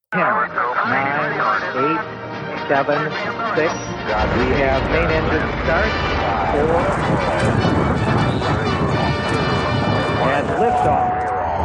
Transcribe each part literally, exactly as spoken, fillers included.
ten, nine, eight, seven, six. We have main engine start. four. And liftoff.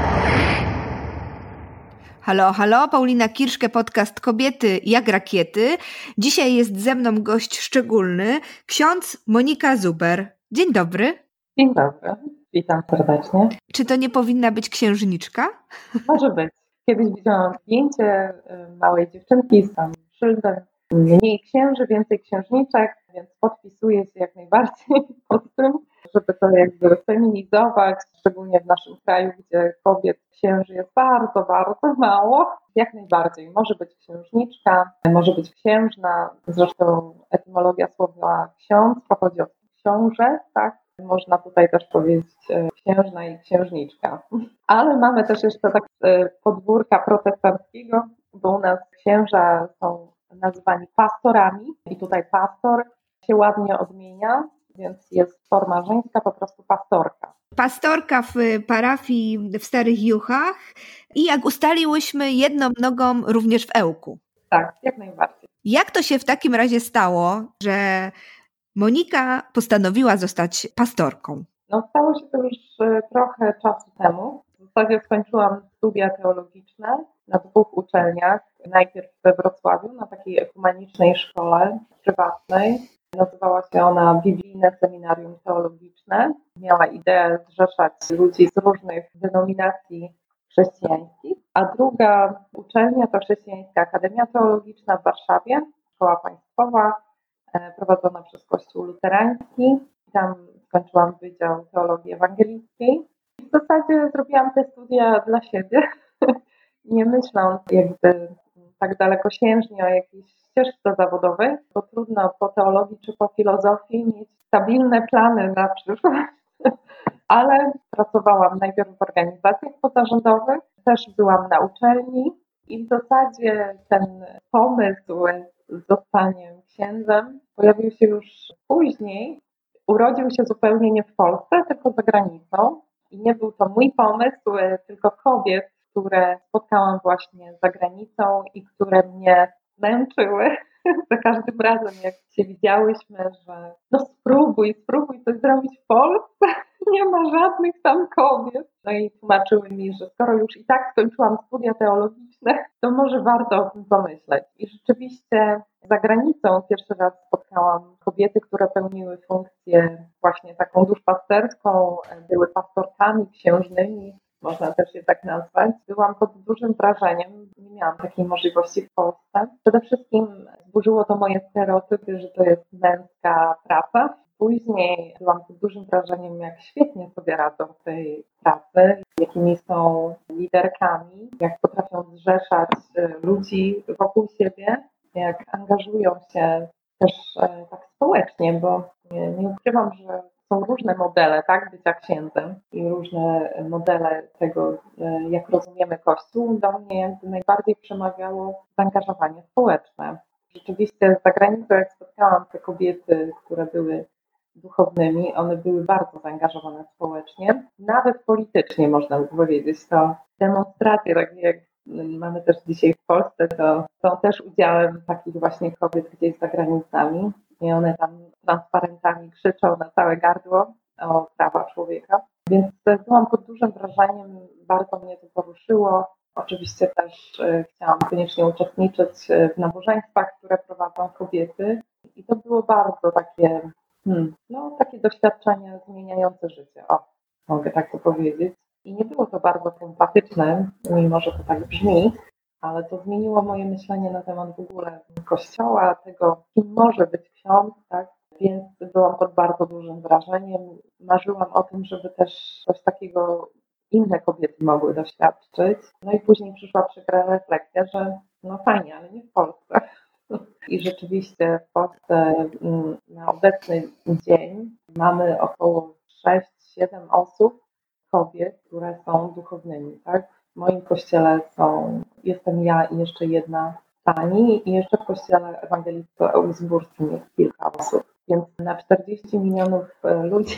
Halo, halo, Paulina Kirszke, podcast Kobiety jak rakiety. Dzisiaj jest ze mną gość szczególny, ksiądz Monika Zuber. Dzień dobry. Dzień dobry, witam serdecznie. Czy to nie powinna być księżniczka? Może być. Kiedyś widziałam zdjęcie małej dziewczynki z tam szyldem. Mniej księży, więcej księżniczek, więc podpisuję się jak najbardziej pod tym, żeby to jakby feminizować, szczególnie w naszym kraju, gdzie kobiet księży jest bardzo, bardzo mało. Jak najbardziej. Może być księżniczka, może być księżna. Zresztą etymologia słowa ksiądz pochodzi od książę, tak? Można tutaj też powiedzieć księżna i księżniczka. Ale mamy też jeszcze tak podwórka protestanckiego, bo u nas księża są nazywani pastorami i tutaj pastor się ładnie odmienia, więc jest forma żeńska, po prostu pastorka. Pastorka w parafii w Starych Juchach i jak ustaliłyśmy, jedną nogą również w Ełku. Tak, jak najbardziej. Jak to się w takim razie stało, że Monika postanowiła zostać pastorką? No stało się to już trochę czasu temu. W zasadzie skończyłam studia teologiczne na dwóch uczelniach. Najpierw we Wrocławiu, na takiej ekumenicznej szkole prywatnej. Nazywała się ona Biblijne Seminarium Teologiczne. Miała ideę zrzeszać ludzi z różnych denominacji chrześcijańskich. A druga uczelnia to Chrześcijańska Akademia Teologiczna w Warszawie, szkoła państwowa, prowadzona przez Kościół Luterański. Tam skończyłam Wydział Teologii Ewangelickiej. W zasadzie zrobiłam te studia dla siebie, nie myśląc jakby tak dalekosiężnie o jakiejś ścieżce zawodowej, bo trudno po teologii czy po filozofii mieć stabilne plany na przyszłość. Ale pracowałam najpierw w organizacjach pozarządowych, też byłam na uczelni i w zasadzie ten pomysł z zostaniem księdzem pojawił się już później. Urodził się zupełnie nie w Polsce, tylko za granicą. I nie był to mój pomysł, tylko kobiet, które spotkałam właśnie za granicą i które mnie męczyły. Za każdym razem, jak się widziałyśmy, że no spróbuj, spróbuj coś zrobić w Polsce, nie ma żadnych tam kobiet. No i tłumaczyły mi, że skoro już i tak skończyłam studia teologiczne, to może warto o tym pomyśleć. I rzeczywiście za granicą pierwszy raz spotkałam kobiety, które pełniły funkcję właśnie taką duszpasterską, były pastorkami księżnymi, można też je tak nazwać. Byłam pod dużym wrażeniem, nie miałam takiej możliwości w Polsce. Przede wszystkim zburzyło to moje stereotypy, że to jest męska praca. Później byłam pod dużym wrażeniem, jak świetnie sobie radzą w tej pracy, jakimi są liderkami, jak potrafią zrzeszać ludzi wokół siebie, jak angażują się też tak społecznie, bo nie, nie ukrywam, że są różne modele, tak, bycia księdzem i różne modele tego, jak rozumiemy Kościół. Do mnie jakby najbardziej przemawiało zaangażowanie społeczne. Rzeczywiście za granicą, jak spotkałam te kobiety, które były duchownymi, one były bardzo zaangażowane społecznie, nawet politycznie można by powiedzieć. To demonstracje, takie jak mamy też dzisiaj w Polsce, to są też udziałem takich właśnie kobiet gdzieś za granicami i one tam transparentami krzyczą na całe gardło o prawa człowieka. Więc byłam pod dużym wrażeniem, bardzo mnie to poruszyło. Oczywiście też chciałam koniecznie uczestniczyć w nabożeństwach, które prowadzą kobiety i to było bardzo takie, hmm, no, takie doświadczenie zmieniające życie. O, mogę tak to powiedzieć. I nie było to bardzo sympatyczne, mimo że to tak brzmi, ale to zmieniło moje myślenie na temat w ogóle Kościoła, tego, kim może być ksiądz, tak? Więc byłam pod bardzo dużym wrażeniem. Marzyłam o tym, żeby też coś takiego inne kobiety mogły doświadczyć. No i później przyszła przykra refleksja, że no fajnie, ale nie w Polsce. I rzeczywiście w Polsce na obecny dzień mamy około sześć siedem osób, kobiet, które są duchownymi, tak? W moim kościele są, jestem ja i jeszcze jedna pani i jeszcze w kościele ewangelicko-augsburskim jest kilka osób. Więc na czterdzieści milionów ludzi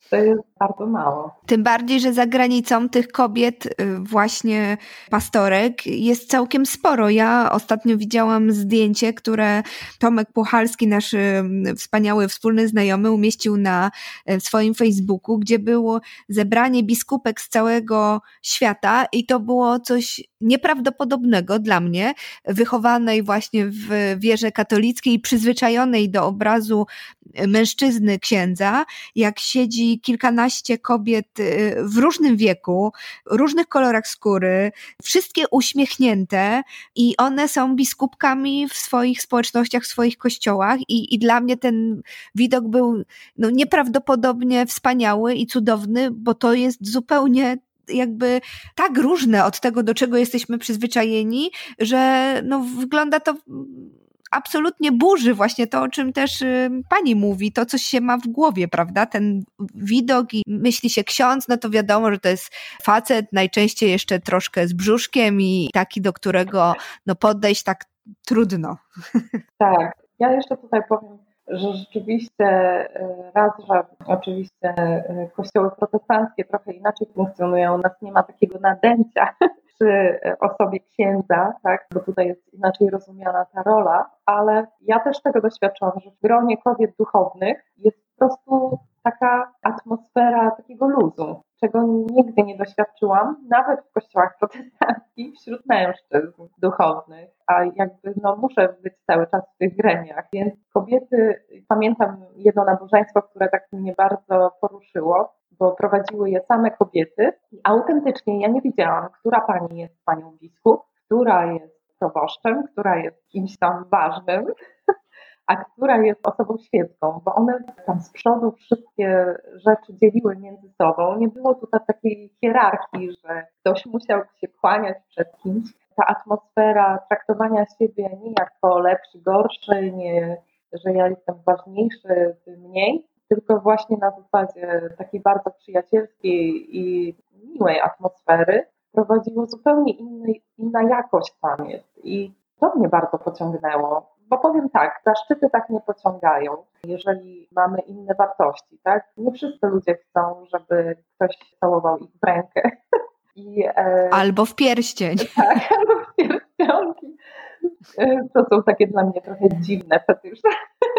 To jest bardzo mało. Tym bardziej, że za granicą tych kobiet, właśnie pastorek, jest całkiem sporo. Ja ostatnio widziałam zdjęcie, które Tomek Puchalski, nasz wspaniały wspólny znajomy, umieścił na swoim Facebooku, gdzie było zebranie biskupek z całego świata i to było coś nieprawdopodobnego dla mnie, wychowanej właśnie w wierze katolickiej i przyzwyczajonej do obrazu mężczyzny księdza, jak siedzi kilkanaście kobiet w różnym wieku, różnych kolorach skóry, wszystkie uśmiechnięte i one są biskupkami w swoich społecznościach, w swoich kościołach i, i dla mnie ten widok był no, nieprawdopodobnie wspaniały i cudowny, bo to jest zupełnie jakby tak różne od tego, do czego jesteśmy przyzwyczajeni, że no, wygląda to absolutnie burzy właśnie to, o czym też pani mówi, to coś się ma w głowie, prawda? Ten widok i myśli się ksiądz, no to wiadomo, że to jest facet, najczęściej jeszcze troszkę z brzuszkiem i taki, do którego no podejść tak trudno. Tak, ja jeszcze tutaj powiem, że rzeczywiście raz, że oczywiście kościoły protestanckie trochę inaczej funkcjonują, u nas nie ma takiego nadęcia przy osobie księdza, tak, bo tutaj jest inaczej rozumiana ta rola, ale ja też tego doświadczam, że w gronie kobiet duchownych jest po prostu taka atmosfera takiego luzu, czego nigdy nie doświadczyłam, nawet w kościołach protestanckich wśród mężczyzn duchownych, a jakby no muszę być cały czas w tych gremiach, więc kobiety, pamiętam jedno nabożeństwo, które tak mnie bardzo poruszyło, bo prowadziły je same kobiety i autentycznie ja nie wiedziałam, która pani jest panią biskup, która jest proboszczem, która jest kimś tam ważnym, a która jest osobą świecką, bo one tam z przodu wszystkie rzeczy dzieliły między sobą. Nie było tutaj takiej hierarchii, że ktoś musiał się kłaniać przed kimś. Ta atmosfera traktowania siebie nie jako lepszy, gorszy, nie, że ja jestem ważniejszy, ty mniej, tylko właśnie na zasadzie takiej bardzo przyjacielskiej i miłej atmosfery prowadziło zupełnie inny, inna jakość tam jest. I to mnie bardzo pociągnęło, bo powiem tak, zaszczyty tak nie pociągają, jeżeli mamy inne wartości, tak? Nie wszyscy ludzie chcą, żeby ktoś całował ich w rękę. I, e, albo w pierścień. Tak, albo w pierścionki. To są takie dla mnie trochę dziwne fetysze,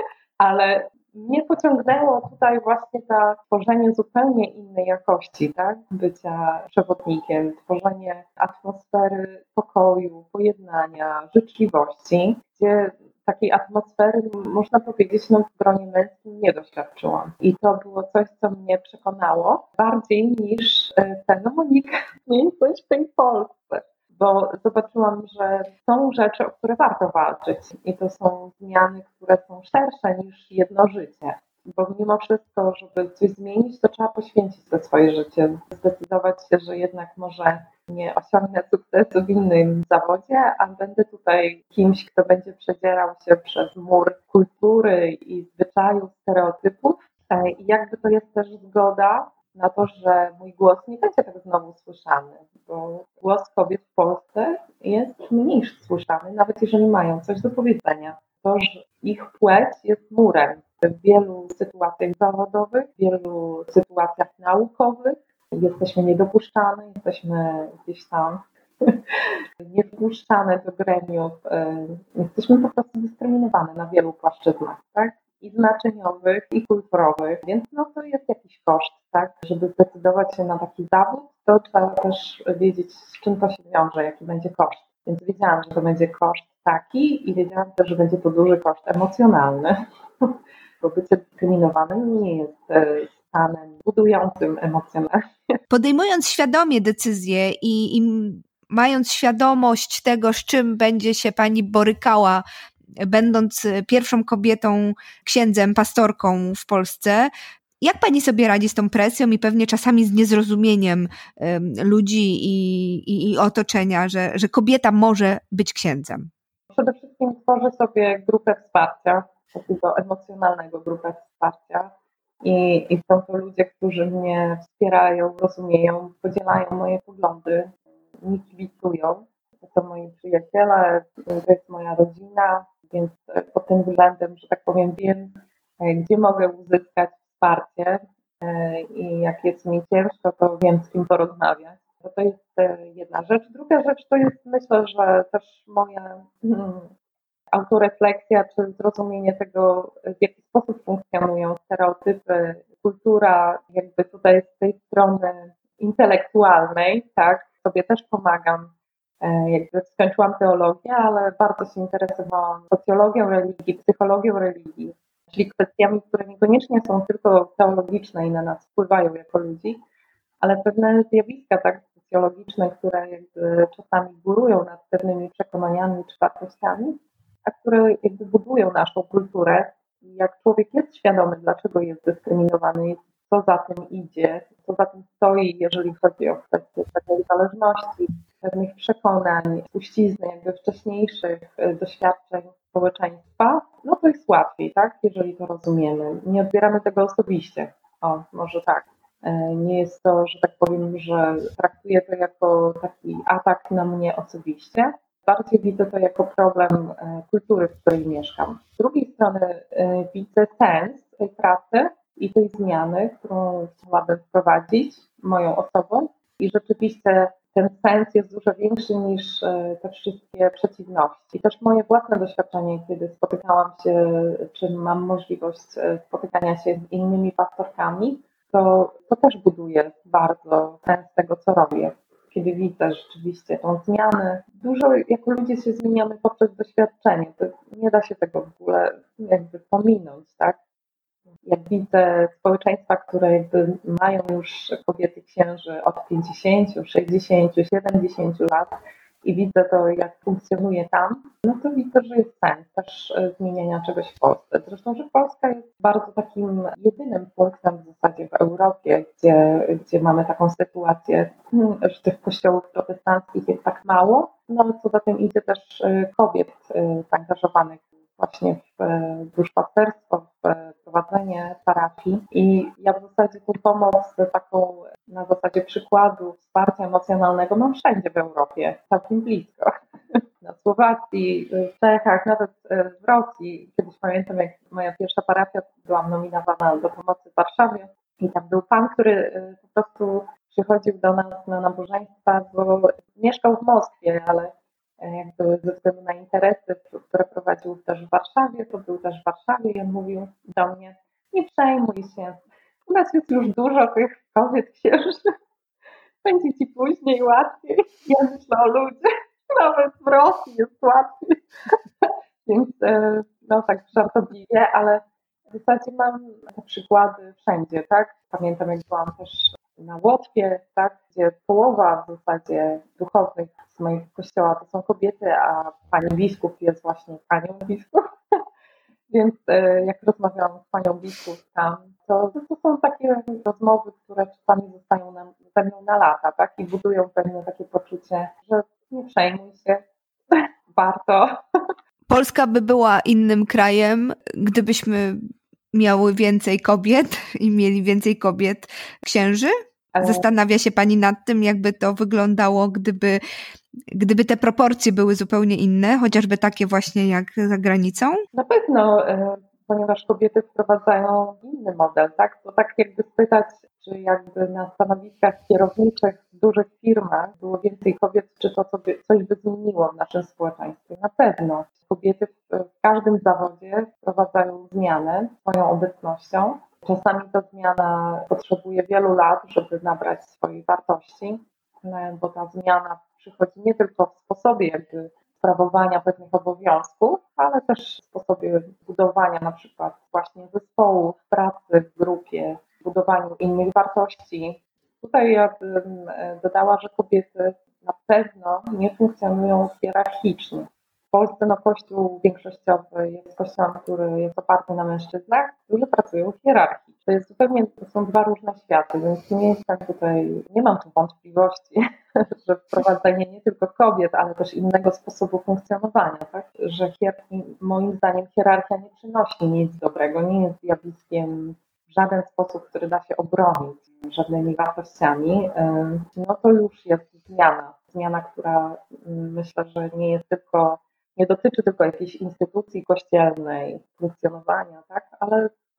ale mnie pociągnęło tutaj właśnie to tworzenie zupełnie innej jakości, tak? Bycia przewodnikiem, tworzenie atmosfery pokoju, pojednania, życzliwości, gdzie takiej atmosfery, można powiedzieć, no w gronie męskim nie doświadczyłam. I to było coś, co mnie przekonało bardziej niż ten, no Monika, miejscowość w tej Polsce. Bo zobaczyłam, że są rzeczy, o które warto walczyć i to są zmiany, które są szersze niż jedno życie. Bo mimo wszystko, żeby coś zmienić, to trzeba poświęcić to swoje życie, zdecydować się, że jednak może nie osiągnę sukcesu w innym zawodzie, a będę tutaj kimś, kto będzie przedzierał się przez mur kultury i zwyczajów, stereotypów. I jakby to jest też zgoda na to, że mój głos nie będzie tak znowu słyszany, bo głos kobiet w Polsce jest mniej słyszany, nawet jeżeli mają coś do powiedzenia. To, że ich płeć jest murem w wielu sytuacjach zawodowych, w wielu sytuacjach naukowych. Jesteśmy niedopuszczane, jesteśmy gdzieś tam niewpuszczane do gremiów. Jesteśmy po prostu dyskryminowane na wielu płaszczyznach, tak? I znaczeniowych, i kulturowych, więc no to jest jakiś koszt, tak? Żeby zdecydować się na taki zawód, to trzeba też wiedzieć, z czym to się wiąże, jaki będzie koszt. Więc wiedziałam, że to będzie koszt taki i wiedziałam też, że będzie to duży koszt emocjonalny, bo bycie dyskryminowanym nie jest stanem budującym emocjonalnie. Podejmując świadomie decyzje i, i mając świadomość tego, z czym będzie się pani borykała, będąc pierwszą kobietą, księdzem, pastorką w Polsce, jak pani sobie radzi z tą presją i pewnie czasami z niezrozumieniem um, ludzi i, i, i otoczenia, że, że kobieta może być księdzem? Przede wszystkim tworzę sobie grupę wsparcia, takiego emocjonalnego grupę wsparcia i, i są to ludzie, którzy mnie wspierają, rozumieją, podzielają moje poglądy, mi kibicują. To są moi przyjaciele, to jest moja rodzina, więc pod tym względem, że tak powiem, wiem, gdzie mogę uzyskać wsparcie i jak jest mi ciężko, to wiem, z kim porozmawiać. To jest jedna rzecz. Druga rzecz to jest, myślę, że też moja hmm, autorefleksja, czy zrozumienie tego, w jaki sposób funkcjonują stereotypy, kultura, jakby tutaj z tej strony intelektualnej, tak, sobie też pomagam. Jakby skończyłam teologię, ale bardzo się interesowałam socjologią religii, psychologią religii, czyli kwestiami, które niekoniecznie są tylko teologiczne i na nas wpływają jako ludzi, ale pewne zjawiska tak socjologiczne, które jakby czasami górują nad pewnymi przekonaniami czy wartościami, a które jakby budują naszą kulturę. I jak człowiek jest świadomy, dlaczego jest dyskryminowany, co za tym idzie, co za tym stoi, jeżeli chodzi o kwestie takiej zależności, pewnych przekonań, spuścizny jakby wcześniejszych doświadczeń społeczeństwa, no to jest łatwiej, tak, jeżeli to rozumiemy. Nie odbieramy tego osobiście. O, może tak. Nie jest to, że tak powiem, że traktuję to jako taki atak na mnie osobiście. Bardziej widzę to jako problem kultury, w której mieszkam. Z drugiej strony widzę sens tej pracy i tej zmiany, którą chciałabym wprowadzić moją osobą i rzeczywiście ten sens jest dużo większy niż te wszystkie przeciwności. I też moje własne doświadczenie, kiedy spotykałam się, czy mam możliwość spotykania się z innymi pastorkami, to, to też buduje bardzo sens tego, co robię. Kiedy widzę rzeczywiście tą zmianę, dużo jako ludzie się zmieniamy poprzez doświadczenie. To nie da się tego w ogóle jakby pominąć, tak? Jak widzę społeczeństwa, które jakby mają już kobiety księży od pięćdziesięciu, sześćdziesięciu, siedemdziesięciu lat i widzę to, jak funkcjonuje tam, no to widzę, że jest sens też zmieniania czegoś w Polsce. Zresztą, że Polska jest bardzo takim jedynym punktem w zasadzie w Europie, gdzie, gdzie mamy taką sytuację, że tych kościołów protestanckich jest tak mało, no ale co za tym idzie też kobiet zaangażowanych właśnie w duszpasterstwo, w prowadzenie parafii i ja w zasadzie tę pomoc taką na zasadzie przykładu wsparcia emocjonalnego mam wszędzie w Europie, całkiem blisko. Na Słowacji, w Czechach, nawet w Rosji. Kiedyś pamiętam, jak moja pierwsza parafia, byłam nominowana do pomocy w Warszawie i tam był pan, który po prostu przychodził do nas na nabożeństwa, bo mieszkał w Moskwie, ale jakby ze względu na interesy, które prowadził też w Warszawie, to był też w Warszawie i on mówił do mnie, nie przejmuj się, u nas jest już dużo tych kobiet księży, będzie ci później łatwiej. Ja myślę o ludziach, nawet w Rosji jest łatwiej. Więc no tak żartobliwie, ale w zasadzie mam te przykłady wszędzie, tak? Pamiętam, jak byłam też na Łotwie, tak, gdzie połowa w zasadzie duchownych z mojego kościoła to są kobiety, a pani biskup jest właśnie panią biskup. Więc jak rozmawiałam z panią biskup tam, to, to są takie rozmowy, które czasami zostają nam, ze mną na lata, tak, i budują pewne takie poczucie, że nie przejmuj się, warto. Polska by była innym krajem, gdybyśmy miały więcej kobiet i mieli więcej kobiet księży? Zastanawia się pani nad tym, jakby to wyglądało, gdyby, gdyby te proporcje były zupełnie inne, chociażby takie właśnie jak za granicą? Na pewno, ponieważ kobiety wprowadzają inny model, tak? To tak jakby spytać, czy jakby na stanowiskach kierowniczych w dużych firmach było więcej kobiet, czy to sobie coś by zmieniło w naszym społeczeństwie. Na pewno. Kobiety w każdym zawodzie wprowadzają zmianę swoją obecnością. Czasami ta zmiana potrzebuje wielu lat, żeby nabrać swojej wartości, bo ta zmiana przychodzi nie tylko w sposobie jakby sprawowania pewnych obowiązków, ale też w sposobie budowania na przykład właśnie zespołu, pracy w grupie, budowaniu innych wartości. Tutaj ja bym dodała, że kobiety na pewno nie funkcjonują hierarchicznie. W Polsce no, Kościół większościowy jest kościołem, który jest oparty na mężczyznach, którzy pracują w hierarchii. To jest zupełnie, to są dwa różne światy, więc nie jestem tutaj, nie mam tu wątpliwości, że wprowadzenie nie tylko kobiet, ale też innego sposobu funkcjonowania, tak? Że hier- moim zdaniem hierarchia nie przynosi nic dobrego, nie jest zjawiskiem w żaden sposób, który da się obronić żadnymi wartościami, no to już jest zmiana. Zmiana, która myślę, że nie jest tylko, nie dotyczy tylko jakiejś instytucji kościelnej, funkcjonowania, tak, ale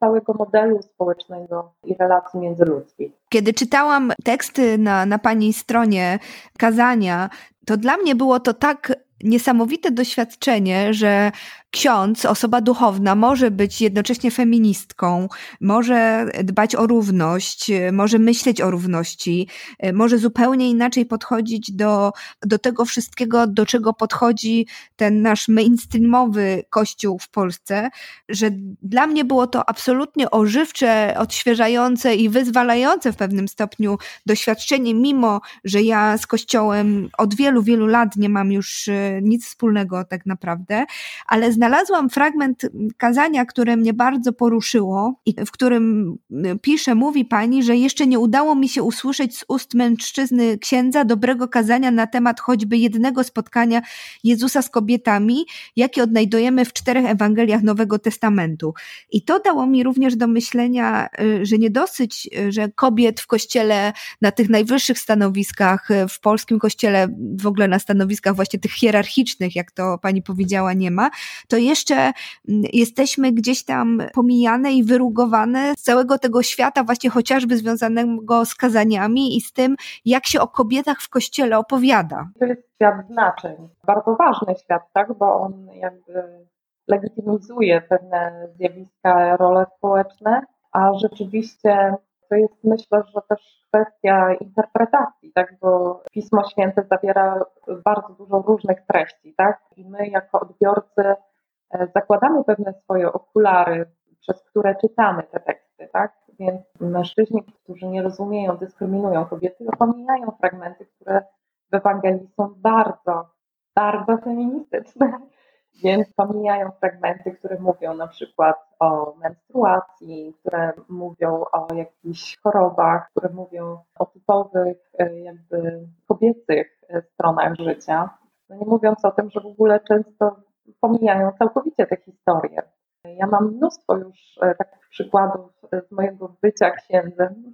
całego modelu społecznego i relacji międzyludzkich. Kiedy czytałam teksty na, na pani stronie kazania, to dla mnie było to tak niesamowite doświadczenie, że ksiądz, osoba duchowna, może być jednocześnie feministką, może dbać o równość, może myśleć o równości, może zupełnie inaczej podchodzić do, do tego wszystkiego, do czego podchodzi ten nasz mainstreamowy kościół w Polsce, że dla mnie było to absolutnie ożywcze, odświeżające i wyzwalające w pewnym stopniu doświadczenie, mimo że ja z kościołem od wielu, wielu lat nie mam już nic wspólnego tak naprawdę, ale znalazłam fragment kazania, które mnie bardzo poruszyło i w którym pisze, mówi pani, że jeszcze nie udało mi się usłyszeć z ust mężczyzny księdza dobrego kazania na temat choćby jednego spotkania Jezusa z kobietami, jakie odnajdujemy w czterech Ewangeliach Nowego Testamentu. I to dało mi również do myślenia, że nie dosyć, że kobiet w kościele na tych najwyższych stanowiskach, w polskim kościele w ogóle na stanowiskach właśnie tych hierarchicznych, jak to pani powiedziała, nie ma, to jeszcze jesteśmy gdzieś tam pomijane i wyrugowane z całego tego świata właśnie chociażby związanego z kazaniami i z tym, jak się o kobietach w kościele opowiada. To jest świat znaczeń, bardzo ważny świat, tak, bo on jakby legitymizuje pewne zjawiska, role społeczne, a rzeczywiście to jest, myślę, że też kwestia interpretacji, tak, bo Pismo Święte zawiera bardzo dużo różnych treści, tak, i my jako odbiorcy zakładamy pewne swoje okulary, przez które czytamy te teksty, tak, więc mężczyźni, którzy nie rozumieją, dyskryminują kobiety, pomijają fragmenty, które w Ewangelii są bardzo, bardzo feministyczne. Więc pomijają fragmenty, które mówią na przykład o menstruacji, które mówią o jakichś chorobach, które mówią o typowych jakby kobiecych stronach życia. No nie mówiąc o tym, że w ogóle często pomijają całkowicie te historie. Ja mam mnóstwo już takich przykładów z mojego bycia księdzem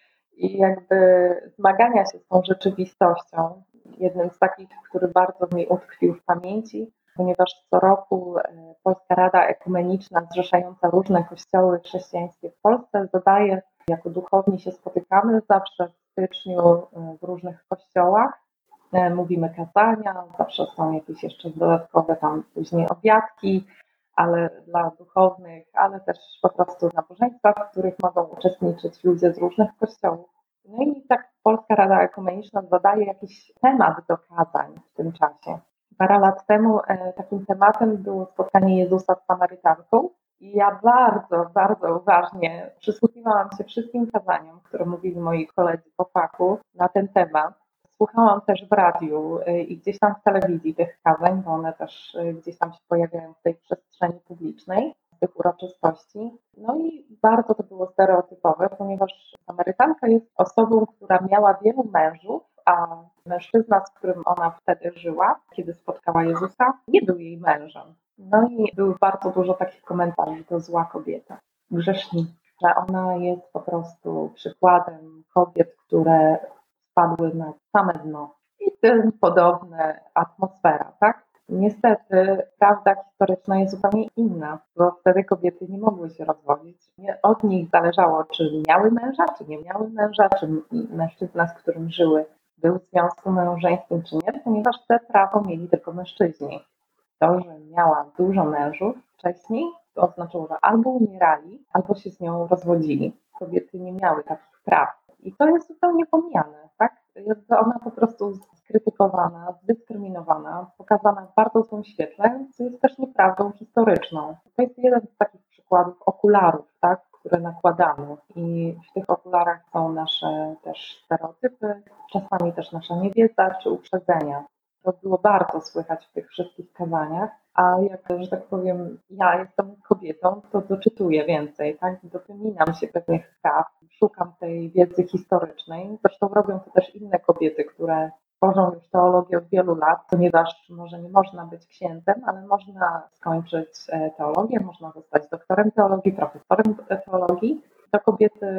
i jakby zmagania się z tą rzeczywistością. Jednym z takich, który bardzo mi utkwił w pamięci, ponieważ co roku Polska Rada Ekumeniczna zrzeszająca różne kościoły chrześcijańskie w Polsce zadaje, jako duchowni się spotykamy zawsze w styczniu w różnych kościołach, mówimy kazania, zawsze są jakieś jeszcze dodatkowe tam później obiadki, ale dla duchownych, ale też po prostu nabożeństwa, w których mogą uczestniczyć ludzie z różnych kościołów. No i tak Polska Rada Ekumeniczna zadaje jakiś temat do kazań w tym czasie. Parę lat temu e, takim tematem było spotkanie Jezusa z Samarytanką i ja bardzo, bardzo uważnie przysłuchiwałam się wszystkim kazaniom, które mówili moi koledzy po fachu na ten temat. Słuchałam też w radiu e, i gdzieś tam w telewizji tych kazań, bo one też e, gdzieś tam się pojawiają w tej przestrzeni publicznej, tych uroczystości. No i bardzo to było stereotypowe, ponieważ Samarytanka jest osobą, która miała wielu mężów, a mężczyzna, z którym ona wtedy żyła, kiedy spotkała Jezusa, nie był jej mężem. No i było bardzo dużo takich komentarzy, to zła kobieta, grzesznica, że ona jest po prostu przykładem kobiet, które spadły na same dno i tym podobne atmosfera, tak? Niestety prawda historyczna jest zupełnie inna, bo wtedy kobiety nie mogły się rozwodzić. Nie od nich zależało, czy miały męża, czy nie miały męża, czy mężczyzna, z którym żyły, był w związku małżeńskim, czy nie, ponieważ te prawo mieli tylko mężczyźni. To, że miała dużo mężów wcześniej, to oznaczało, że albo umierali, albo się z nią rozwodzili. Kobiety nie miały takich praw. I to jest zupełnie pomijane, tak? Jest ona po prostu skrytykowana, zdyskryminowana, pokazana w bardzo złym świetle, co jest też nieprawdą historyczną. To jest jeden z takich przykładów okularów, tak, które nakładamy i w tych okularach są nasze też stereotypy, czasami też nasza niewiedza czy uprzedzenia. To było bardzo słychać w tych wszystkich kazaniach, a jak, że tak powiem, ja jestem kobietą, to doczytuję więcej, tak? Dopominam się pewnych spraw, szukam tej wiedzy historycznej. Zresztą robią to też inne kobiety, które tworzą już teologię od wielu lat, ponieważ może nie można być księdzem, ale można skończyć teologię, można zostać doktorem teologii, profesorem teologii. To kobiety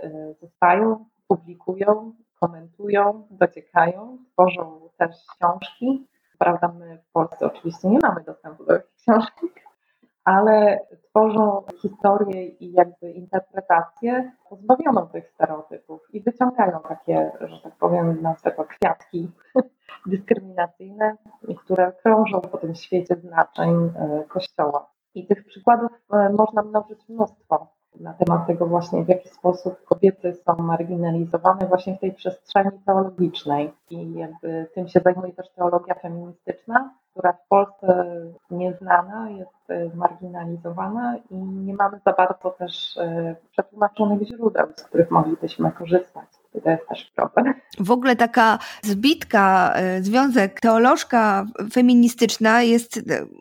zostają, publikują, komentują, dociekają, tworzą też książki. Prawda, my w Polsce oczywiście nie mamy dostępu do tych książek, ale tworzą historię i jakby interpretację pozbawioną tych stereotypów i wyciągają takie, że tak powiem, nazwę to kwiatki dyskryminacyjne, które krążą po tym świecie znaczeń Kościoła. I tych przykładów można mnożyć mnóstwo na temat tego właśnie, w jaki sposób kobiety są marginalizowane właśnie w tej przestrzeni teologicznej. I jakby tym się zajmuje też teologia feministyczna, która w Polsce nieznana, jest marginalizowana i nie mamy za bardzo też przetłumaczonych źródeł, z których moglibyśmy korzystać. To jest też problem. W ogóle taka zbitka, związek teolożka feministyczna jest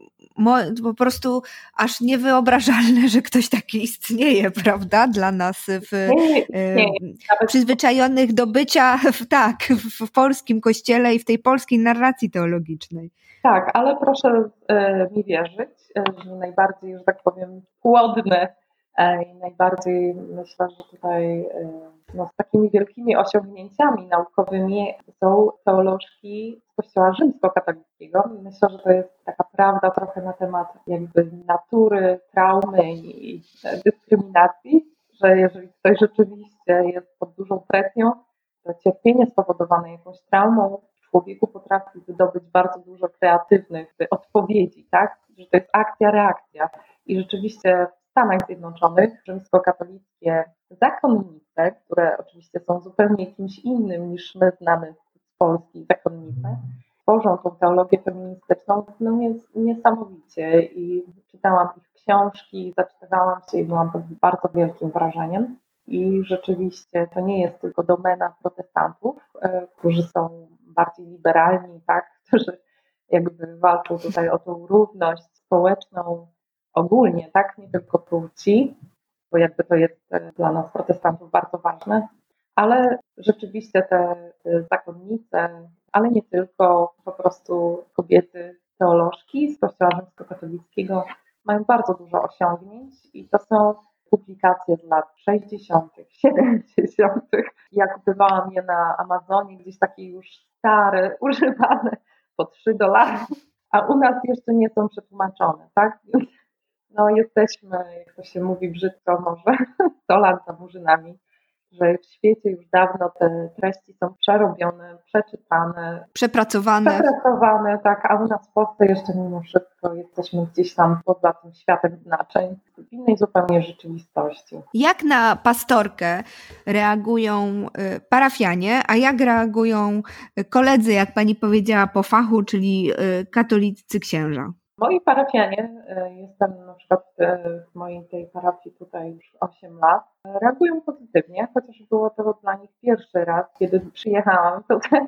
po prostu aż niewyobrażalne, że ktoś taki istnieje, prawda? Dla nas w, nie, nie, nie. Nawet... przyzwyczajonych do bycia w, tak, w polskim kościele i w tej polskiej narracji teologicznej. Tak, ale proszę mi wierzyć, że najbardziej, że tak powiem, płodne i najbardziej myślę, że tutaj no, z takimi wielkimi osiągnięciami naukowymi są teolożki z Kościoła rzymskokatolickiego. Myślę, że to jest taka prawda trochę na temat jakby natury, traumy i dyskryminacji, że jeżeli ktoś rzeczywiście jest pod dużą presją, to cierpienie spowodowane jakąś traumą w człowieku potrafi wydobyć bardzo dużo kreatywnych odpowiedzi, tak? Że to jest akcja, reakcja. I rzeczywiście w Stanach Zjednoczonych rzymskokatolickie zakonnice, które oczywiście są zupełnie kimś innym niż my znamy z Polski zakonnice, tworzą tą teologię feministyczną no jest niesamowicie i czytałam ich książki, zaczytywałam się i byłam pod bardzo wielkim wrażeniem. I rzeczywiście to nie jest tylko domena protestantów, którzy są bardziej liberalni, tak, którzy jakby walczą tutaj o tą równość społeczną ogólnie, tak, nie tylko płci, bo jakby to jest dla nas protestantów bardzo ważne, ale rzeczywiście te zakonnice, ale nie tylko, po prostu kobiety teolożki z Kościoła rzymskokatolickiego mają bardzo dużo osiągnięć i to są publikacje z lat sześćdziesiątych, siedemdziesiątych. Ja kupowałam je na Amazonie, gdzieś takie już stare, używane po trzy dolary, a u nas jeszcze nie są przetłumaczone, tak? Więc no jesteśmy, jak to się mówi brzydko, może sto lat za murzynami, że w świecie już dawno te treści są przerobione, przeczytane, przepracowane. Przepracowane, tak, a u nas w Polsce jeszcze mimo wszystko jesteśmy gdzieś tam poza tym światem znaczeń, w innej zupełnie rzeczywistości. Jak na pastorkę reagują parafianie, a jak reagują koledzy, jak pani powiedziała, po fachu, czyli katolicy księża? Moi parafianie, jestem na przykład w mojej tej parafii tutaj już osiem lat, reagują pozytywnie, chociaż było to dla nich pierwszy raz, kiedy przyjechałam tutaj,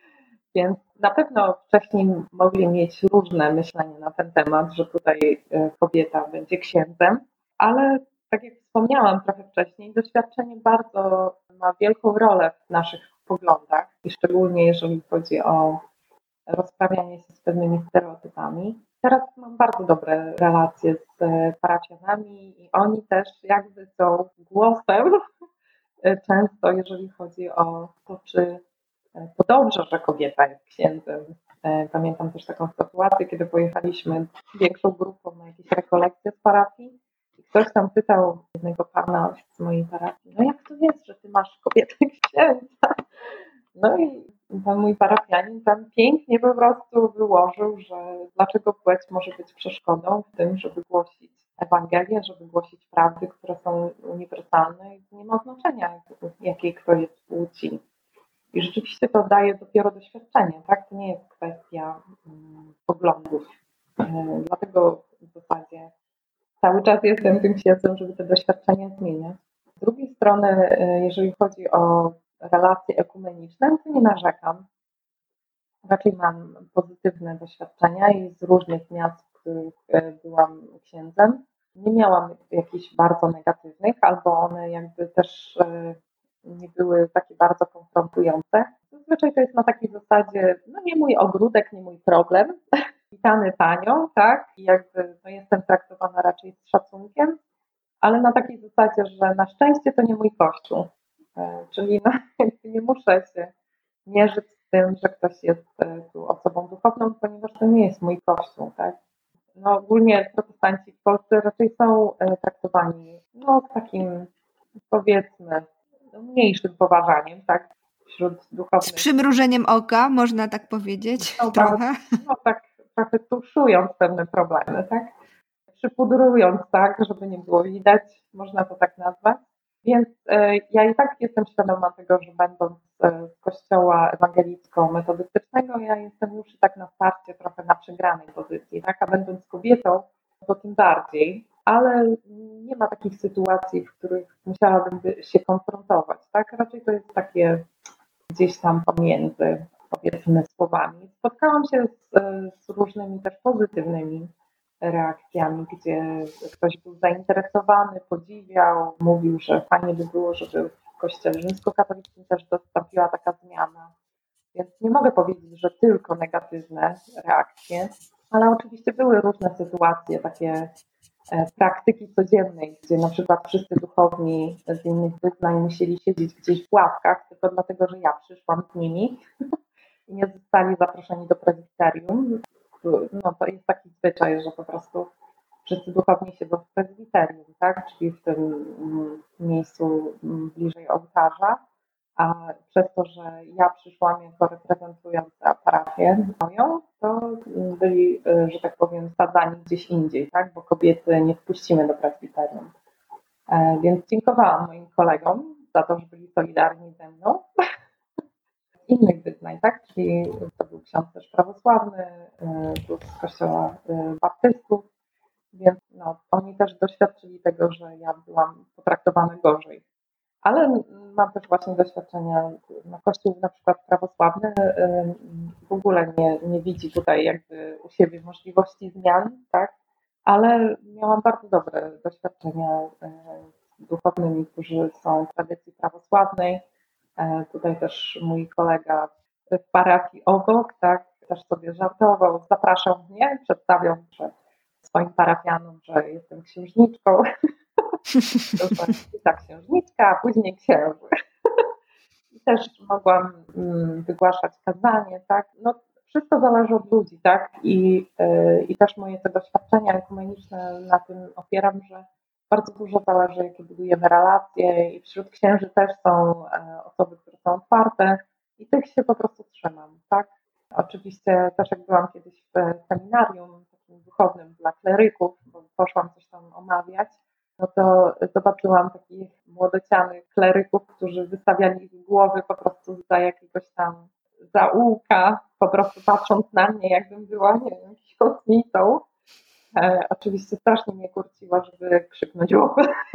więc na pewno wcześniej mogli mieć różne myślenie na ten temat, że tutaj kobieta będzie księdzem, ale tak jak wspomniałam trochę wcześniej, doświadczenie bardzo ma wielką rolę w naszych poglądach i szczególnie jeżeli chodzi o rozprawianie się z pewnymi stereotypami. Teraz mam bardzo dobre relacje z parafianami i oni też jakby są głosem często, jeżeli chodzi o to, czy to dobrze, że kobieta jest księdzem. Pamiętam też taką sytuację, kiedy pojechaliśmy większą grupą na jakieś rekolekcje z parafii i ktoś tam pytał jednego pana z mojej parafii, no jak to jest, że ty masz kobietę księdza? No i ten mój parafianin tam pięknie po prostu wyłożył, że dlaczego płeć może być przeszkodą w tym, żeby głosić Ewangelię, żeby głosić prawdy, które są uniwersalne i nie ma znaczenia, jakiej kto jest płci. I rzeczywiście to daje dopiero doświadczenie, tak? To nie jest kwestia um, poglądów. Um, dlatego w zasadzie cały czas jestem tym księdzem, żeby te doświadczenia zmieniać. Z drugiej strony, jeżeli chodzi o relacje ekumeniczne, to nie narzekam. Raczej mam pozytywne doświadczenia i z różnych miast, w których byłam księdzem. Nie miałam jakichś bardzo negatywnych, albo one jakby też nie były takie bardzo konfrontujące. Zazwyczaj to jest na takiej zasadzie, no nie mój ogródek, nie mój problem. Witamy panią, tak? I jakby no jestem traktowana raczej z szacunkiem, ale na takiej zasadzie, że na szczęście to nie mój kościół. Czyli no, nie muszę się mierzyć z tym, że ktoś jest tu osobą duchowną, ponieważ to nie jest mój kościół, tak? no ogólnie protestanci w Polsce raczej są traktowani no, z takim, powiedzmy, no, mniejszym poważaniem, tak, wśród duchownych. Z przymrużeniem oka, można tak powiedzieć, no, trochę. Bardzo, no tak, trochę tuszując pewne problemy, tak, przypudrując tak, żeby nie było widać, można to tak nazwać. Więc e, ja i tak jestem świadoma tego, że będąc e, z kościoła ewangelicko-metodystycznego, ja jestem już tak na starcie trochę na przegranej pozycji, tak? A będąc kobietą, to tym bardziej, ale nie ma takich sytuacji, w których musiałabym się konfrontować, tak? Raczej to jest takie gdzieś tam pomiędzy, powiedzmy, słowami. Spotkałam się z, z różnymi też pozytywnymi reakcjami, gdzie ktoś był zainteresowany, podziwiał, mówił, że fajnie by było, żeby w kościele rzymskokatolickim też nastąpiła taka zmiana. Więc nie mogę powiedzieć, że tylko negatywne reakcje, ale oczywiście były różne sytuacje, takie praktyki codziennej, gdzie na przykład wszyscy duchowni z innych wyznań musieli siedzieć gdzieś w ławkach, tylko dlatego, że ja przyszłam z nimi i nie zostali zaproszeni do prezbiterium. No to jest taki zwyczaj, że po prostu wszyscy duchowni siedzą w prezbiterium, tak? Czyli w tym miejscu bliżej ołtarza, a przez to, że ja przyszłam jako reprezentująca parafię moją, to byli, że tak powiem, sadzani gdzieś indziej, tak? Bo kobiety nie wpuścimy do prezbiterium. Więc dziękowałam moim kolegom za to, że byli solidarni ze mną. Innych wyznań, tak? Czyli to był ksiądz też prawosławny, był z kościoła baptystów, więc no, oni też doświadczyli tego, że ja byłam potraktowana gorzej. Ale mam też właśnie doświadczenia, no, kościół na przykład prawosławny w ogóle nie, nie widzi tutaj jakby u siebie możliwości zmian, tak? Ale miałam bardzo dobre doświadczenia z duchownymi, którzy są w tradycji prawosławnej. Tutaj też mój kolega w parafii obok, tak, też sobie żartował, zapraszał mnie, przedstawiał się swoim parafianom, że jestem księżniczką. Ta księżniczka, a później księży. I też mogłam wygłaszać kazanie, tak. No, wszystko zależy od ludzi, tak. I, i też moje te doświadczenia ekumeniczne na tym opieram, że bardzo dużo zależy, jakie budujemy relacje i wśród księży też są osoby, które są otwarte i tych się po prostu trzymam, tak? Oczywiście też jak byłam kiedyś w seminarium takim duchownym dla kleryków, bo poszłam coś tam omawiać, no to zobaczyłam takich młodocianych kleryków, którzy wystawiali głowy po prostu za jakiegoś tam zaułka, po prostu patrząc na mnie, jakbym była, nie wiem, jakimś kosmitą. E, oczywiście strasznie mnie kurciło, żeby krzyknąć o,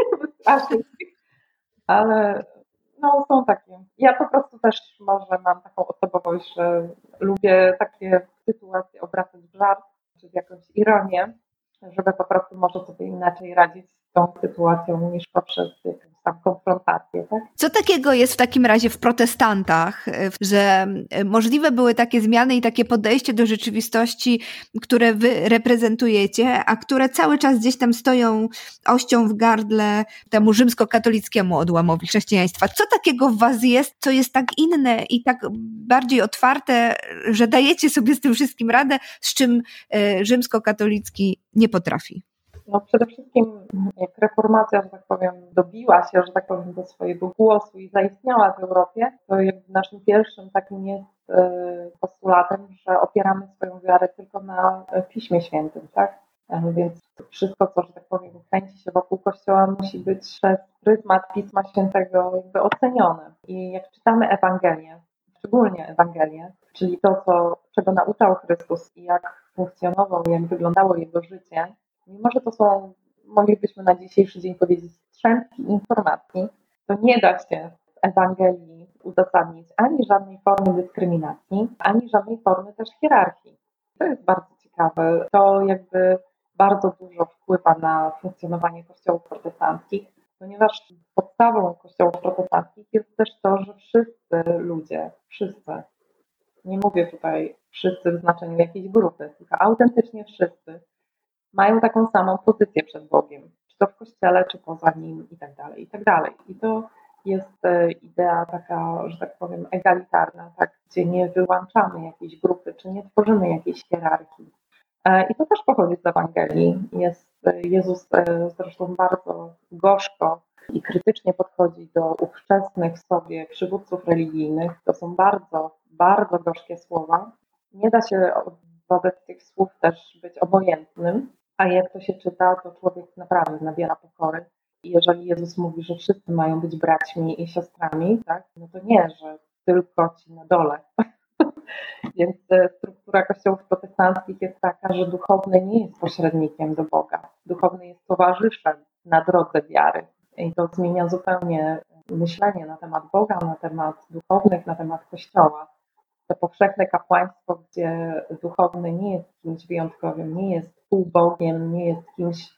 ale no są takie. Ja po prostu też może mam taką osobowość, że lubię takie sytuacje obracać w żart, czy w jakąś ironię, żeby po prostu może sobie inaczej radzić z tą sytuacją niż poprzez jakąś tam konfrontację, tak? Co takiego jest w takim razie w protestantach, że możliwe były takie zmiany i takie podejście do rzeczywistości, które wy reprezentujecie, a które cały czas gdzieś tam stoją ością w gardle temu rzymskokatolickiemu odłamowi chrześcijaństwa? Co takiego w was jest, co jest tak inne i tak bardziej otwarte, że dajecie sobie z tym wszystkim radę, z czym rzymskokatolicki nie potrafi? No przede wszystkim jak reformacja, że tak powiem, dobiła się, że tak powiem, do swojego głosu i zaistniała w Europie, to jakby naszym pierwszym takim jest postulatem, że opieramy swoją wiarę tylko na Piśmie Świętym, tak? Więc wszystko, co, że tak powiem, kręci się wokół Kościoła, musi być przez pryzmat Pisma Świętego jakby ocenione. I jak czytamy Ewangelię, szczególnie Ewangelię, czyli to, co, czego nauczał Chrystus i jak funkcjonował, jak wyglądało Jego życie, mimo że to są, moglibyśmy na dzisiejszy dzień powiedzieć, strzępki informacji, to nie da się w Ewangelii uzasadnić ani żadnej formy dyskryminacji, ani żadnej formy też hierarchii. To jest bardzo ciekawe. To jakby bardzo dużo wpływa na funkcjonowanie kościołów protestanckich, ponieważ podstawą kościołów protestanckich jest też to, że wszyscy ludzie, wszyscy, nie mówię tutaj wszyscy w znaczeniu jakiejś grupy, tylko autentycznie wszyscy, mają taką samą pozycję przed Bogiem, czy to w kościele, czy poza nim i tak dalej, i tak dalej. I to jest idea taka, że tak powiem, egalitarna, tak, gdzie nie wyłączamy jakiejś grupy, czy nie tworzymy jakiejś hierarchii. I to też pochodzi z Ewangelii. Jest, Jezus zresztą bardzo gorzko i krytycznie podchodzi do ówczesnych sobie przywódców religijnych. To są bardzo, bardzo gorzkie słowa. Nie da się wobec tych słów też być obojętnym, a jak to się czyta, to człowiek naprawdę nabiera pokory. I jeżeli Jezus mówi, że wszyscy mają być braćmi i siostrami, tak, no to nie, że tylko ci na dole. Więc struktura kościołów protestanckich jest taka, że duchowny nie jest pośrednikiem do Boga. Duchowny jest towarzyszem na drodze wiary. I to zmienia zupełnie myślenie na temat Boga, na temat duchownych, na temat Kościoła. To powszechne kapłaństwo, gdzie duchowny nie jest kimś wyjątkowym, nie jest półbogiem, nie jest kimś,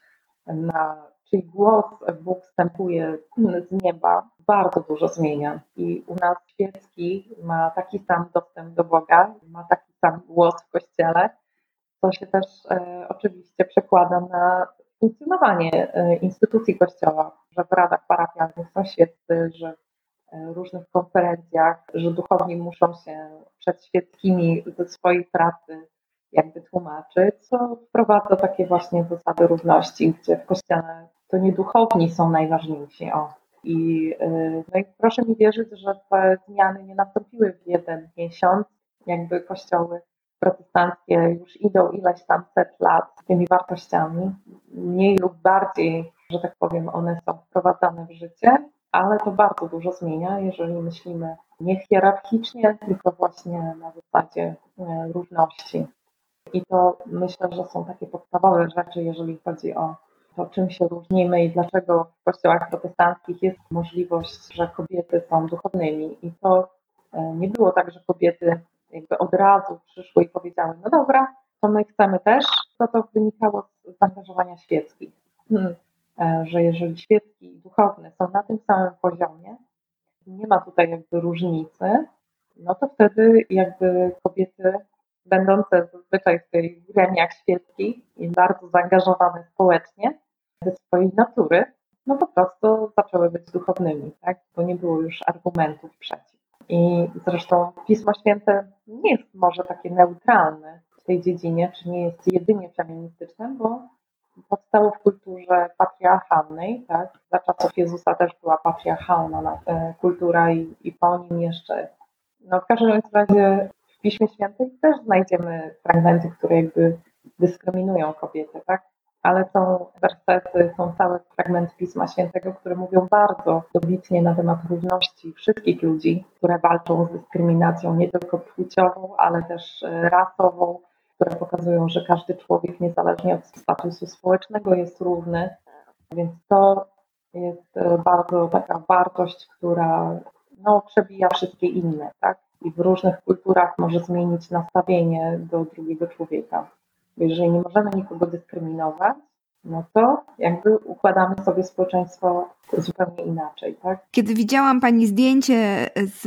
na czyj głos Bóg wstępuje z nieba, bardzo dużo zmienia. I u nas świecki ma taki sam dostęp do Boga, ma taki sam głos w Kościele, co się też e, oczywiście przekłada na funkcjonowanie e, instytucji Kościoła, że w radach parafialnych są świeccy, że w różnych konferencjach, że duchowni muszą się przed świeckimi ze swojej pracy jakby tłumaczyć, co wprowadza takie właśnie zasady równości, gdzie w Kościele to nie duchowni są najważniejsi. O. I, no i proszę mi wierzyć, że te zmiany nie nastąpiły w jeden miesiąc. Jakby kościoły protestanckie już idą ileś tam set lat z tymi wartościami. Mniej lub bardziej, że tak powiem, one są wprowadzane w życie, ale to bardzo dużo zmienia, jeżeli myślimy nie hierarchicznie, tylko właśnie na zasadzie równości. I to myślę, że są takie podstawowe rzeczy, jeżeli chodzi o to, czym się różnimy i dlaczego w kościołach protestanckich jest możliwość, że kobiety są duchownymi. I to nie było tak, że kobiety jakby od razu przyszły i powiedziały, no dobra, to my chcemy też, to to wynikało z zaangażowania świeckich. Hmm. Że jeżeli świecki i duchowny są na tym samym poziomie, nie ma tutaj jakby różnicy, no to wtedy jakby kobiety będące zazwyczaj w tych gremiach świeckich i bardzo zaangażowane społecznie ze swojej natury, no po prostu zaczęły być duchownymi, tak? Bo nie było już argumentów przeciw. I zresztą Pismo Święte nie jest może takie neutralne w tej dziedzinie, czy nie jest jedynie feministyczne, bo powstało w kulturze patriarchalnej, tak? Za czasów Jezusa też była patriarchalna kultura i, i po nim jeszcze. No w każdym razie w Piśmie Świętym też znajdziemy fragmenty, które jakby dyskryminują kobiety, tak? Ale są wersety, są całe fragmenty Pisma Świętego, które mówią bardzo dobitnie na temat równości wszystkich ludzi, które walczą z dyskryminacją nie tylko płciową, ale też rasową, które pokazują, że każdy człowiek niezależnie od statusu społecznego jest równy. Więc to jest bardzo taka wartość, która no, przebija wszystkie inne, tak? I w różnych kulturach może zmienić nastawienie do drugiego człowieka. Bo jeżeli nie możemy nikogo dyskryminować, no to jakby układamy sobie społeczeństwo zupełnie inaczej, tak? Kiedy widziałam pani zdjęcie z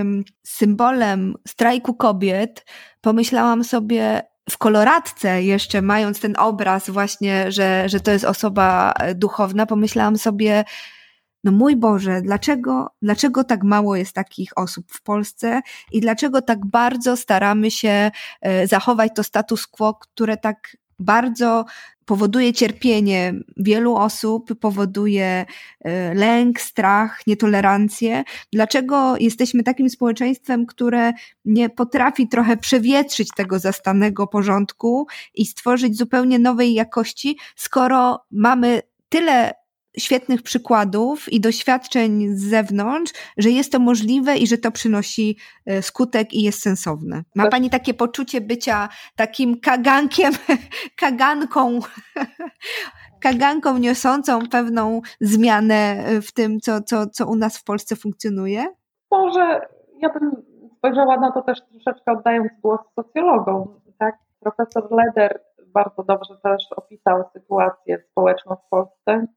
symbolem strajku kobiet, pomyślałam sobie, w koloratce jeszcze mając ten obraz właśnie, że, że to jest osoba duchowna, pomyślałam sobie, no mój Boże, dlaczego, dlaczego tak mało jest takich osób w Polsce i dlaczego tak bardzo staramy się zachować to status quo, które tak bardzo powoduje cierpienie wielu osób, powoduje lęk, strach, nietolerancję. Dlaczego jesteśmy takim społeczeństwem, które nie potrafi trochę przewietrzyć tego zastanego porządku i stworzyć zupełnie nowej jakości, skoro mamy tyle świetnych przykładów i doświadczeń z zewnątrz, że jest to możliwe i że to przynosi skutek i jest sensowne. Ma pani takie poczucie bycia takim kagankiem, kaganką, kaganką niosącą pewną zmianę w tym, co, co, co u nas w Polsce funkcjonuje? Może ja bym spojrzała na to też troszeczkę oddając głos socjologom. Tak? Profesor Leder bardzo dobrze też opisał sytuację społeczną w Polsce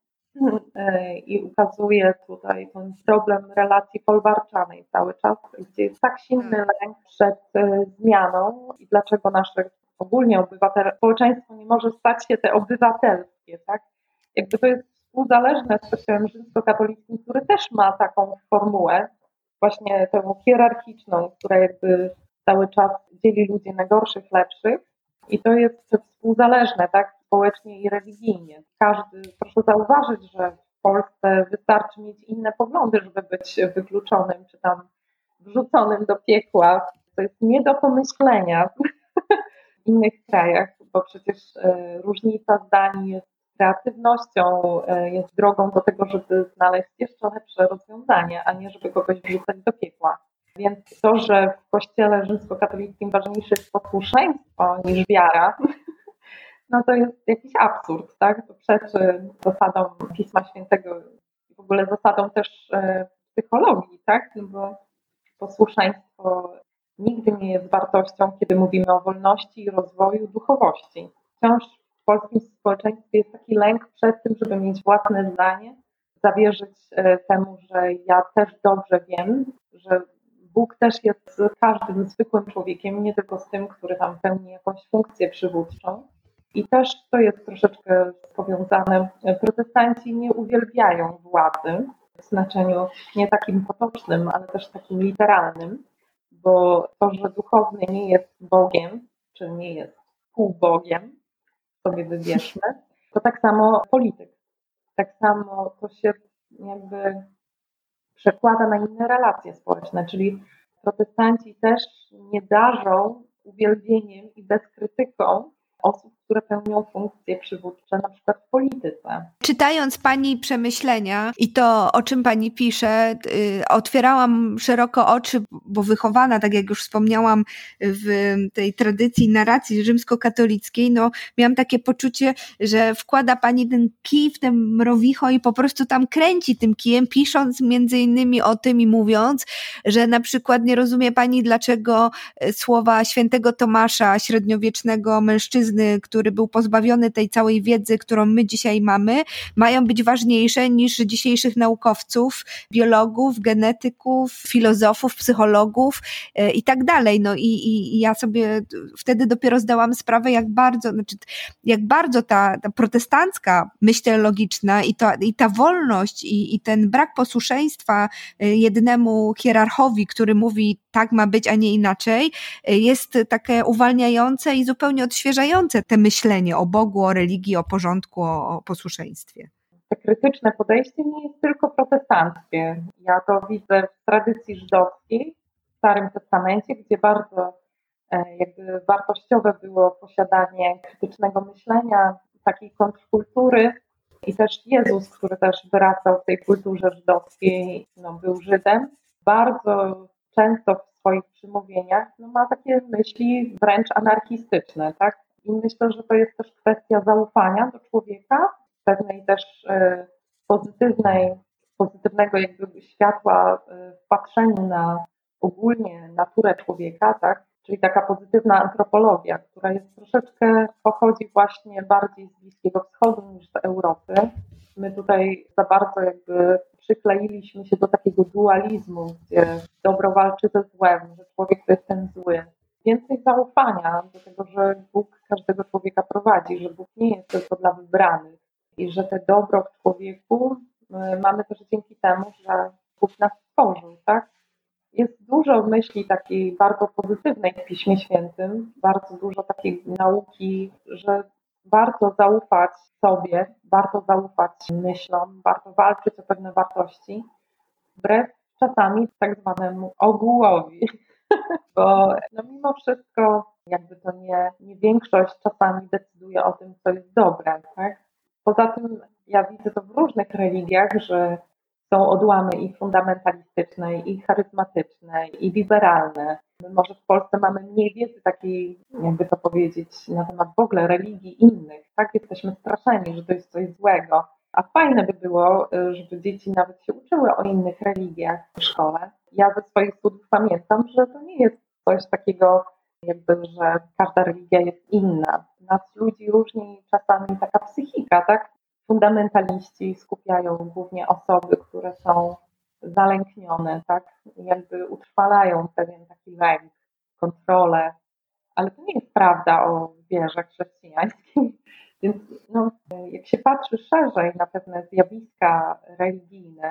i ukazuje tutaj ten problem relacji folwarczanej cały czas, gdzie jest tak silny lęk przed zmianą i dlaczego nasze ogólnie obywatele, społeczeństwo nie może stać się te obywatelskie, tak? Jakby to jest współzależne z kościołem rzymskokatolickim, który też ma taką formułę, właśnie tę hierarchiczną, która jakby cały czas dzieli ludzi na gorszych, lepszych. I to jest współzależne, tak, społecznie i religijnie. Każdy, proszę zauważyć, że w Polsce wystarczy mieć inne poglądy, żeby być wykluczonym, czy tam wrzuconym do piekła. To jest nie do pomyślenia w innych krajach, bo przecież różnica zdań jest kreatywnością, jest drogą do tego, żeby znaleźć jeszcze lepsze rozwiązanie, a nie żeby kogoś wrzucać do piekła. Więc to, że w Kościele rzymskokatolickim ważniejsze jest posłuszeństwo niż wiara, no to jest jakiś absurd, tak? To przeczy zasadom Pisma Świętego i w ogóle zasadom też psychologii, tak? No bo posłuszeństwo nigdy nie jest wartością, kiedy mówimy o wolności i rozwoju duchowości. Wciąż w polskim społeczeństwie jest taki lęk przed tym, żeby mieć własne zdanie, zawierzyć temu, że ja też dobrze wiem, że Bóg też jest z każdym zwykłym człowiekiem, nie tylko z tym, który tam pełni jakąś funkcję przywódczą. I też to jest troszeczkę powiązane. Protestanci nie uwielbiają władzy w znaczeniu nie takim potocznym, ale też takim literalnym, bo to, że duchowny nie jest Bogiem, czy nie jest półbogiem, sobie wybierzmy, to tak samo polityk. Tak samo to się jakby przekłada na inne relacje społeczne, czyli protestanci też nie darzą uwielbieniem i bezkrytyką osób, które pełnią funkcje przywódcze, na przykład w polityce. Czytając Pani przemyślenia i to, o czym Pani pisze, yy, otwierałam szeroko oczy, bo wychowana, tak jak już wspomniałam, w tej tradycji narracji rzymskokatolickiej, no miałam takie poczucie, że wkłada Pani ten kij w ten mrowicho i po prostu tam kręci tym kijem, pisząc między innymi o tym i mówiąc, że na przykład nie rozumie Pani, dlaczego słowa świętego Tomasza, średniowiecznego mężczyzny, który był pozbawiony tej całej wiedzy, którą my dzisiaj mamy, mają być ważniejsze niż dzisiejszych naukowców, biologów, genetyków, filozofów, psychologów e, i tak dalej. No i, i, i ja sobie wtedy dopiero zdałam sprawę, jak bardzo, znaczy, jak bardzo ta, ta protestancka myśl logiczna i, to, i ta wolność i, i ten brak posłuszeństwa jednemu hierarchowi, który mówi tak ma być, a nie inaczej, jest takie uwalniające i zupełnie odświeżające te myślenie o Bogu, o religii, o porządku, o, o posłuszeństwie. To krytyczne podejście nie jest tylko protestanckie. Ja to widzę w tradycji żydowskiej, w Starym Testamencie, gdzie bardzo jakby wartościowe było posiadanie krytycznego myślenia, takiej kontrkultury i też Jezus, który też wyrastał w tej kulturze żydowskiej, no, był Żydem, bardzo często w swoich przemówieniach no, ma takie myśli wręcz anarchistyczne, tak? I myślę, że to jest też kwestia zaufania do człowieka, pewnej też y, pozytywnej, pozytywnego jakby światła w patrzeniu na ogólnie naturę człowieka, tak? Czyli taka pozytywna antropologia, która jest troszeczkę, pochodzi właśnie bardziej z Bliskiego Wschodu niż z Europy. My tutaj za bardzo jakby przykleiliśmy się do takiego dualizmu, gdzie dobro walczy ze złem, że człowiek to jest ten zły. Więcej zaufania do tego, że Bóg każdego człowieka prowadzi, że Bóg nie jest tylko dla wybranych i że te dobro w człowieku mamy też dzięki temu, że Bóg nas stworzył, tak? Jest dużo myśli takiej bardzo pozytywnej w Piśmie Świętym, bardzo dużo takiej nauki, że warto zaufać sobie, warto zaufać myślom, warto walczyć o pewne wartości, wbrew czasami tak zwanemu ogółowi, bo no mimo wszystko jakby to nie, nie większość czasami decyduje o tym, co jest dobre, tak? Poza tym ja widzę to w różnych religiach, że są odłamy i fundamentalistyczne, i charyzmatyczne, i liberalne. My może w Polsce mamy mniej wiedzy takiej, jakby to powiedzieć, na temat w ogóle religii innych. Tak, jesteśmy straszeni, że to jest coś złego. A fajne by było, żeby dzieci nawet się uczyły o innych religiach w szkole. Ja ze swoich studiów pamiętam, że to nie jest coś takiego, jakby, że każda religia jest inna. Nas ludzi różni czasami taka psychika, tak? Fundamentaliści skupiają głównie osoby, które są zalęknione, tak? Jakby utrwalają pewien taki lęk, kontrolę, ale to nie jest prawda o wierze chrześcijańskiej. Więc no, jak się patrzy szerzej na pewne zjawiska religijne,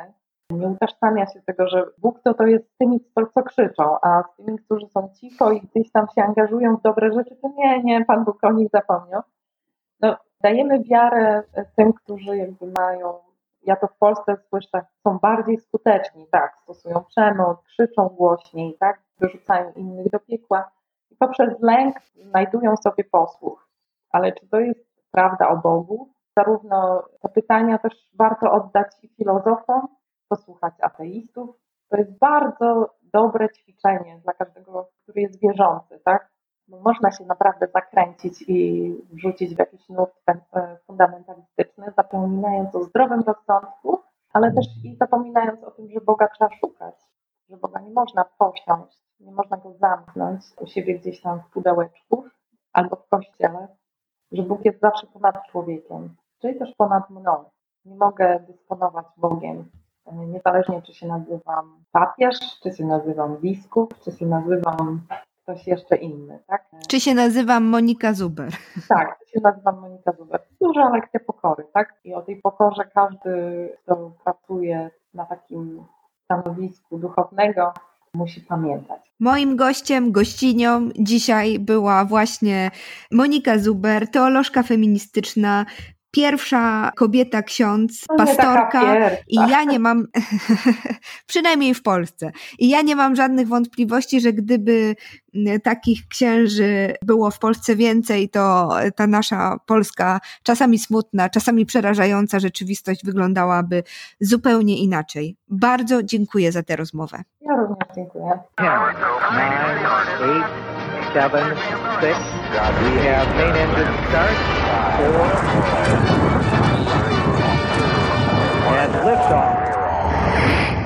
Nie utożsamia się tego, że Bóg to, to jest z tymi, co, co krzyczą, a z tymi, którzy są cicho i gdzieś tam się angażują w dobre rzeczy, to nie, nie, Pan Bóg o nich zapomniał. No, dajemy wiarę tym, którzy jakby mają, ja to w Polsce słyszę, są bardziej skuteczni, tak, stosują przemoc, krzyczą głośniej, tak, wyrzucają innych do piekła i poprzez lęk znajdują sobie posłuch. Ale czy to jest prawda o Bogu? Zarówno te pytania też warto oddać i filozofom, posłuchać ateistów. To jest bardzo dobre ćwiczenie dla każdego, który jest wierzący, tak? Bo można się naprawdę zakręcić i wrzucić w jakiś nurt fundamentalistyczny, zapominając o zdrowym rozsądku, ale też i zapominając o tym, że Boga trzeba szukać, że Boga nie można posiąść, nie można Go zamknąć u siebie gdzieś tam w pudełeczku albo w kościele, że Bóg jest zawsze ponad człowiekiem, czyli też ponad mną. Nie mogę dysponować Bogiem, niezależnie czy się nazywam papież, czy się nazywam biskup, czy się nazywam ktoś jeszcze inny, tak? Czy się nazywam Monika Zuber? Tak, czy się nazywam Monika Zuber. Duża lekcja pokory, tak? I o tej pokorze każdy, kto pracuje na takim stanowisku duchownego, musi pamiętać. Moim gościem, gościnią dzisiaj była właśnie Monika Zuber, teolożka feministyczna, pierwsza kobieta ksiądz, No pastorka i ja nie mam, przynajmniej w Polsce, i ja nie mam żadnych wątpliwości, że gdyby takich księży było w Polsce więcej, to ta nasza polska, czasami smutna, czasami przerażająca rzeczywistość wyglądałaby zupełnie inaczej. Bardzo dziękuję za tę rozmowę. Ja również dziękuję. Seven, six, we have main engine start, four, and liftoff.